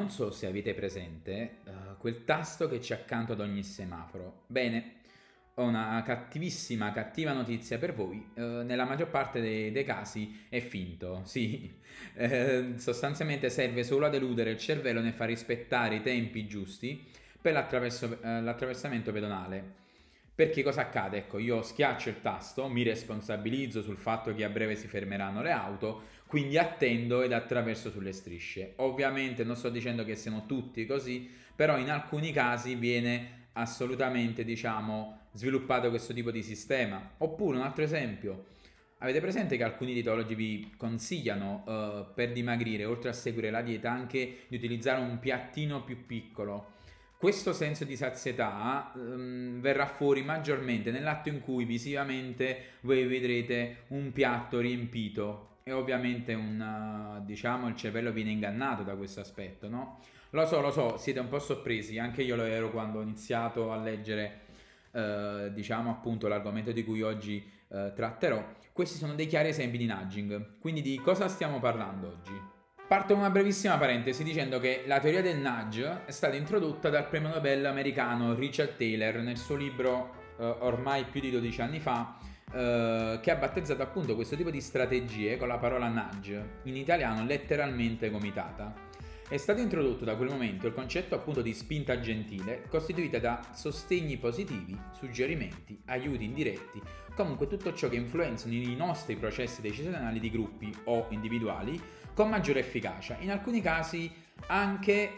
non so se avete presente quel tasto che c'è accanto ad ogni semaforo. Bene, ho una cattiva notizia per voi. Nella maggior parte dei casi è finto, sì. Sostanzialmente serve solo ad eludere il cervello nel far rispettare i tempi giusti per l'attraversamento pedonale. Perché cosa accade? Ecco, io schiaccio il tasto, mi responsabilizzo sul fatto che a breve si fermeranno le auto, quindi attendo ed attraverso sulle strisce. Ovviamente non sto dicendo che siano tutti così, però in alcuni casi viene assolutamente, diciamo, sviluppato questo tipo di sistema. Oppure un altro esempio, avete presente che alcuni dietologi vi consigliano per dimagrire, oltre a seguire la dieta, anche di utilizzare un piattino più piccolo? Questo senso di sazietà verrà fuori maggiormente nell'atto in cui visivamente voi vedrete un piatto riempito e ovviamente diciamo, il cervello viene ingannato da questo aspetto, no? Lo so, siete un po' sorpresi, anche io lo ero quando ho iniziato a leggere, diciamo appunto l'argomento di cui oggi tratterò. Questi sono dei chiari esempi di nudging, quindi di cosa stiamo parlando oggi? Parto con una brevissima parentesi dicendo che la teoria del nudge è stata introdotta dal premio Nobel americano Richard Taylor nel suo libro ormai più di 12 anni fa, che ha battezzato appunto questo tipo di strategie con la parola nudge, in italiano letteralmente gomitata. È stato introdotto da quel momento il concetto appunto di spinta gentile, costituita da sostegni positivi, suggerimenti, aiuti indiretti, comunque tutto ciò che influenzano i nostri processi decisionali di gruppi o individuali con maggiore efficacia, in alcuni casi anche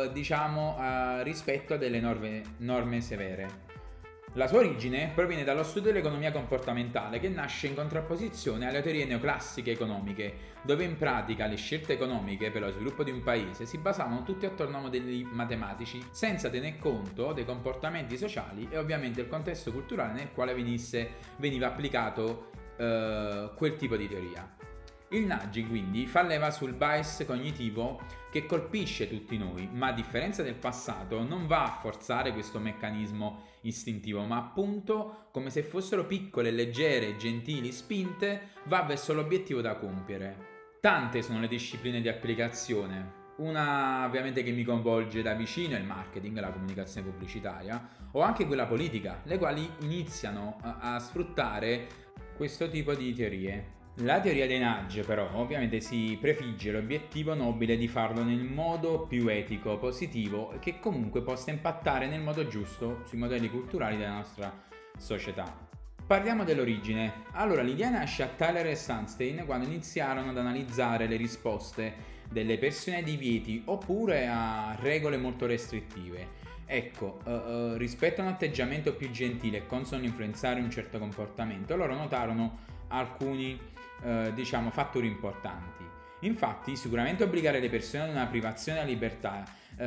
rispetto a delle norme severe. La sua origine proviene dallo studio dell'economia comportamentale, che nasce in contrapposizione alle teorie neoclassiche economiche, dove in pratica le scelte economiche per lo sviluppo di un paese si basavano tutte attorno a modelli matematici, senza tener conto dei comportamenti sociali e ovviamente il contesto culturale nel quale veniva applicato quel tipo di teoria. Il nudging quindi fa leva sul bias cognitivo che colpisce tutti noi, ma a differenza del passato non va a forzare questo meccanismo istintivo, ma appunto come se fossero piccole, leggere, gentili spinte, va verso l'obiettivo da compiere. Tante sono le discipline di applicazione. Una ovviamente che mi coinvolge da vicino è il marketing, la comunicazione pubblicitaria, o anche quella politica, le quali iniziano a sfruttare questo tipo di teorie. La teoria dei nudge però ovviamente si prefigge l'obiettivo nobile di farlo nel modo più etico, positivo e che comunque possa impattare nel modo giusto sui modelli culturali della nostra società. Parliamo dell'origine. Allora, l'idea nasce a Tyler e Sunstein quando iniziarono ad analizzare le risposte delle persone ai divieti oppure a regole molto restrittive. Ecco, rispetto a un atteggiamento più gentile e consono influenzare un certo comportamento, loro notarono alcuni fattori importanti. Infatti, sicuramente obbligare le persone ad una privazione della libertà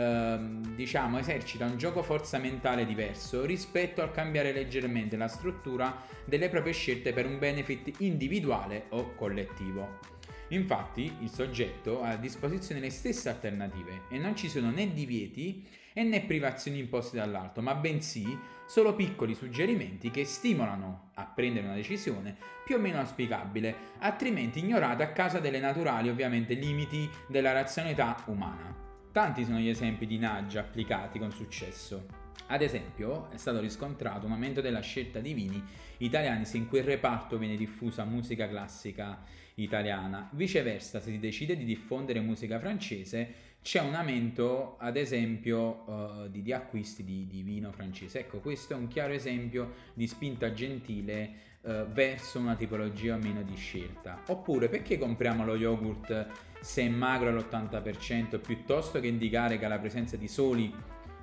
esercita un gioco forza mentale diverso rispetto al cambiare leggermente la struttura delle proprie scelte per un benefit individuale o collettivo. Infatti, il soggetto ha a disposizione le stesse alternative e non ci sono né divieti né privazioni imposte dall'alto, ma bensì solo piccoli suggerimenti che stimolano a prendere una decisione più o meno auspicabile, altrimenti ignorata a causa delle naturali, ovviamente, limiti della razionalità umana. Tanti sono gli esempi di nudge applicati con successo. Ad esempio, è stato riscontrato un aumento della scelta di vini italiani se in quel reparto viene diffusa musica classica italiana. Viceversa, se si decide di diffondere musica francese, c'è un aumento, ad esempio, di acquisti di vino francese. Ecco, questo è un chiaro esempio di spinta gentile verso una tipologia o meno di scelta. Oppure, perché compriamo lo yogurt se è magro all'80% piuttosto che indicare che ha la presenza di soli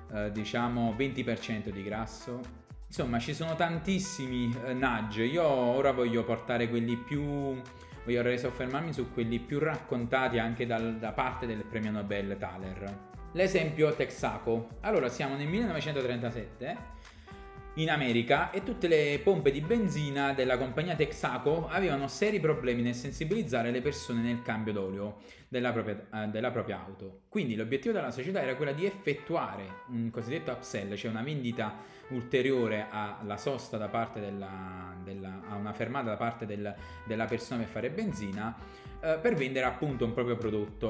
20% di grasso? Insomma, ci sono tantissimi nudge. Io ora voglio soffermarmi su quelli più raccontati anche da parte del premio Nobel Thaler. L'esempio Texaco. Allora, siamo nel 1937 in America e tutte le pompe di benzina della compagnia Texaco avevano seri problemi nel sensibilizzare le persone nel cambio d'olio della propria auto. Quindi l'obiettivo della società era quello di effettuare un cosiddetto upsell, cioè una vendita ulteriore alla sosta da parte a una fermata da parte della persona per fare benzina, per vendere appunto un proprio prodotto.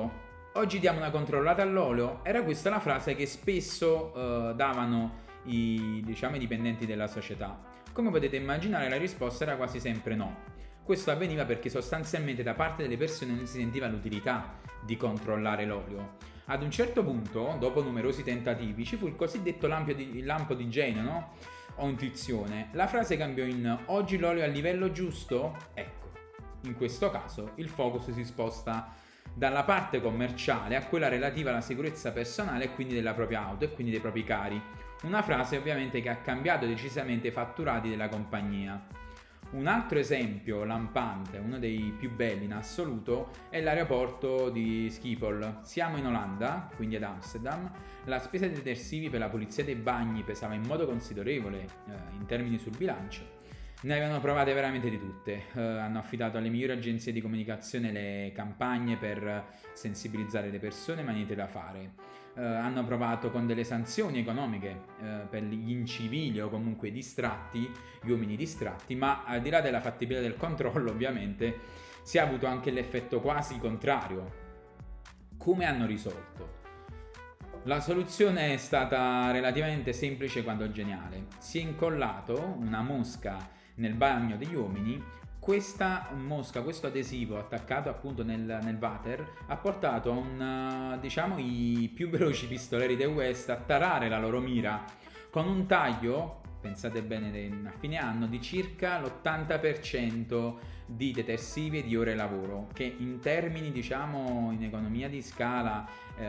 Oggi diamo una controllata all'olio? Era questa la frase che spesso davano i dipendenti della società. Come potete immaginare, la risposta era quasi sempre no. Questo avveniva perché sostanzialmente da parte delle persone non si sentiva l'utilità di controllare l'olio. Ad un certo punto, dopo numerosi tentativi, ci fu il cosiddetto lampo di genio, no? O intuizione. La frase cambiò in oggi l'olio è al livello giusto? Ecco, in questo caso il focus si sposta dalla parte commerciale a quella relativa alla sicurezza personale e quindi della propria auto e quindi dei propri cari. Una frase ovviamente che ha cambiato decisamente i fatturati della compagnia. Un altro esempio lampante, uno dei più belli in assoluto, è l'aeroporto di Schiphol. Siamo in Olanda, quindi ad Amsterdam. La spesa dei detersivi per la pulizia dei bagni pesava in modo considerevole in termini sul bilancio. Ne avevano provate veramente di tutte, hanno affidato alle migliori agenzie di comunicazione le campagne per sensibilizzare le persone, ma niente da fare. Hanno provato con delle sanzioni economiche per gli incivili o comunque distratti, gli uomini distratti, ma al di là della fattibilità del controllo ovviamente si è avuto anche l'effetto quasi contrario. Come hanno risolto? La soluzione è stata relativamente semplice quanto geniale. Si è incollato una mosca nel bagno degli uomini. Questa mosca, questo adesivo attaccato appunto nel water ha portato a i più veloci pistoleri del West a tarare la loro mira con un taglio, pensate bene, a fine anno di circa l'80% di detersivi e di ore lavoro, che in termini in economia di scala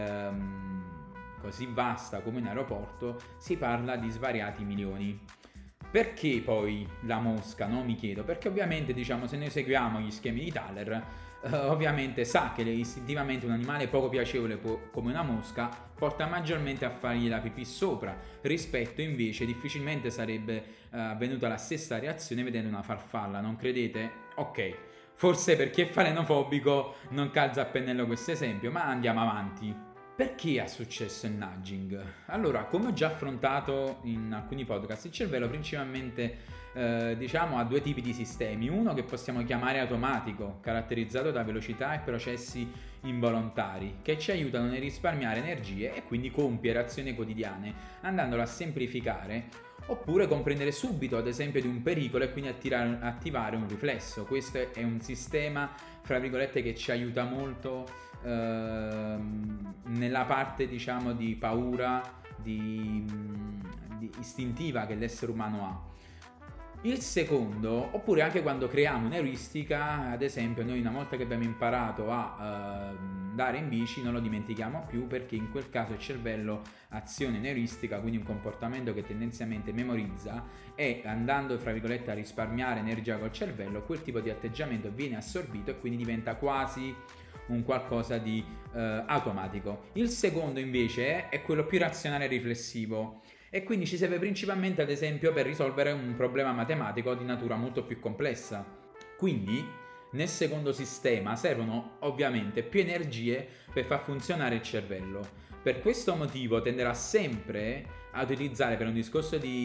così vasta come in aeroporto si parla di svariati milioni. Perché poi la mosca, no? Mi chiedo, perché ovviamente se noi seguiamo gli schemi di Thaler, ovviamente sa che istintivamente un animale poco piacevole come una mosca porta maggiormente a fargli la pipì sopra, rispetto invece difficilmente sarebbe avvenuta la stessa reazione vedendo una farfalla, non credete? Ok, forse per chi è falenofobico non calza a pennello questo esempio, ma andiamo avanti. Perché ha successo il nudging? Allora, come ho già affrontato in alcuni podcast, il cervello principalmente ha due tipi di sistemi. Uno che possiamo chiamare automatico, caratterizzato da velocità e processi involontari, che ci aiutano nel risparmiare energie e quindi compiere azioni quotidiane, andandolo a semplificare, oppure comprendere subito, ad esempio, di un pericolo e quindi attivare un riflesso. Questo è un sistema, fra virgolette, che ci aiuta molto nella parte di paura di istintiva che l'essere umano ha. Il secondo, oppure anche quando creiamo un'euristica, ad esempio noi una volta che abbiamo imparato a andare in bici non lo dimentichiamo più, perché in quel caso il cervello aziona un'euristica, quindi un comportamento che tendenzialmente memorizza, e andando fra virgolette a risparmiare energia col cervello, quel tipo di atteggiamento viene assorbito e quindi diventa quasi un qualcosa di automatico. Il secondo invece è quello più razionale e riflessivo, e quindi ci serve principalmente ad esempio per risolvere un problema matematico di natura molto più complessa. Quindi nel secondo sistema servono ovviamente più energie per far funzionare il cervello. Per questo motivo tenderà sempre a utilizzare, per un discorso di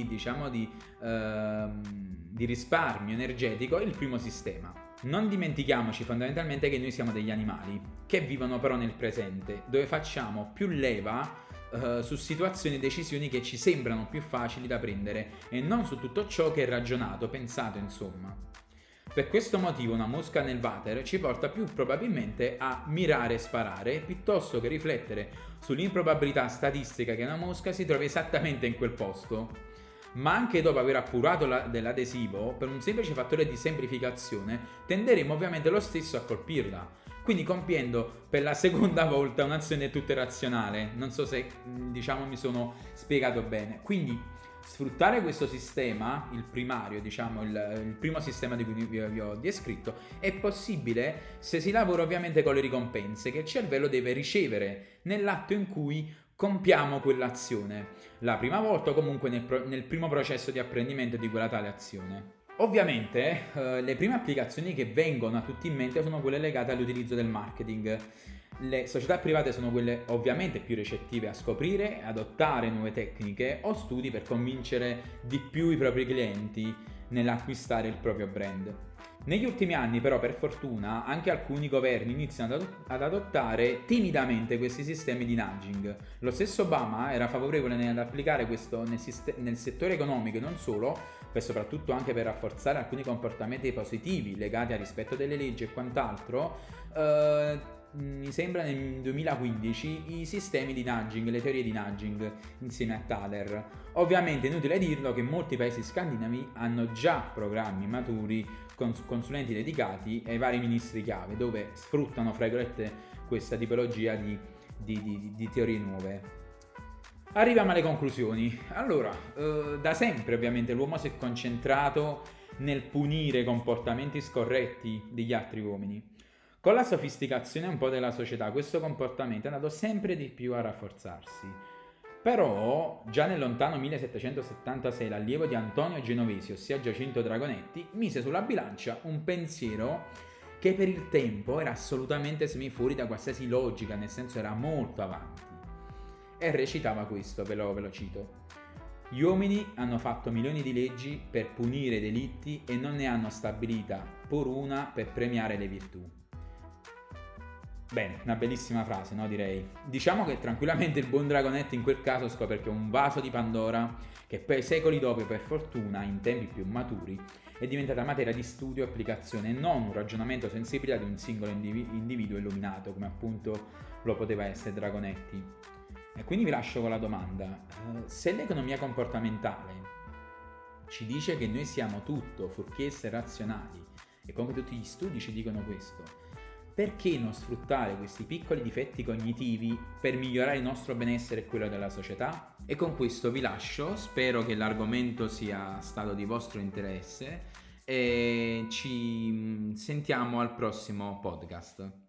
risparmio energetico, il primo sistema. Non dimentichiamoci fondamentalmente che noi siamo degli animali che vivono però nel presente, dove facciamo più leva su situazioni e decisioni che ci sembrano più facili da prendere e non su tutto ciò che è ragionato, pensato, insomma. Per questo motivo una mosca nel water ci porta più probabilmente a mirare e sparare, piuttosto che riflettere sull'improbabilità statistica che una mosca si trovi esattamente in quel posto. Ma anche dopo aver appurato dell'adesivo, per un semplice fattore di semplificazione, tenderemo ovviamente lo stesso a colpirla, quindi compiendo per la seconda volta un'azione tutta irrazionale. Non so se mi sono spiegato bene. Quindi sfruttare questo sistema, il primario, il primo sistema di cui vi ho descritto, è possibile se si lavora ovviamente con le ricompense che il cervello deve ricevere nell'atto in cui compiamo quell'azione, la prima volta o comunque nel primo processo di apprendimento di quella tale azione. Ovviamente le prime applicazioni che vengono a tutti in mente sono quelle legate all'utilizzo del marketing. Le società private sono quelle ovviamente più recettive a scoprire e adottare nuove tecniche o studi per convincere di più i propri clienti nell'acquistare il proprio brand. Negli ultimi anni però, per fortuna, anche alcuni governi iniziano ad adottare timidamente questi sistemi di nudging. Lo stesso Obama era favorevole ad applicare questo nel settore economico e non solo, soprattutto anche per rafforzare alcuni comportamenti positivi legati al rispetto delle leggi e quant'altro. Mi sembra nel 2015 i sistemi di nudging, le teorie di nudging insieme a Thaler. Ovviamente è inutile dirlo che molti paesi scandinavi hanno già programmi maturi con consulenti dedicati ai vari ministri chiave, dove sfruttano, fra virgolette, questa tipologia di teorie nuove. Arriviamo alle conclusioni. Allora, da sempre ovviamente l'uomo si è concentrato nel punire i comportamenti scorretti degli altri uomini. Con la sofisticazione un po' della società, questo comportamento è andato sempre di più a rafforzarsi. Però, già nel lontano 1776, l'allievo di Antonio Genovesi, ossia Giacinto Dragonetti, mise sulla bilancia un pensiero che per il tempo era assolutamente semifuori da qualsiasi logica, nel senso era molto avanti. E recitava questo, ve lo cito. Gli uomini hanno fatto milioni di leggi per punire i delitti e non ne hanno stabilita pur una per premiare le virtù. Bene, una bellissima frase, no? Direi. Diciamo che tranquillamente il buon Dragonetti in quel caso scopre che è un vaso di Pandora che poi secoli dopo, per fortuna, in tempi più maturi, è diventata materia di studio e applicazione e non un ragionamento sensibile di un singolo individuo illuminato, come appunto lo poteva essere Dragonetti. E quindi vi lascio con la domanda: se l'economia comportamentale ci dice che noi siamo tutto fuorché essere razionali, e comunque tutti gli studi ci dicono questo, perché non sfruttare questi piccoli difetti cognitivi per migliorare il nostro benessere e quello della società? E con questo vi lascio, spero che l'argomento sia stato di vostro interesse e ci sentiamo al prossimo podcast.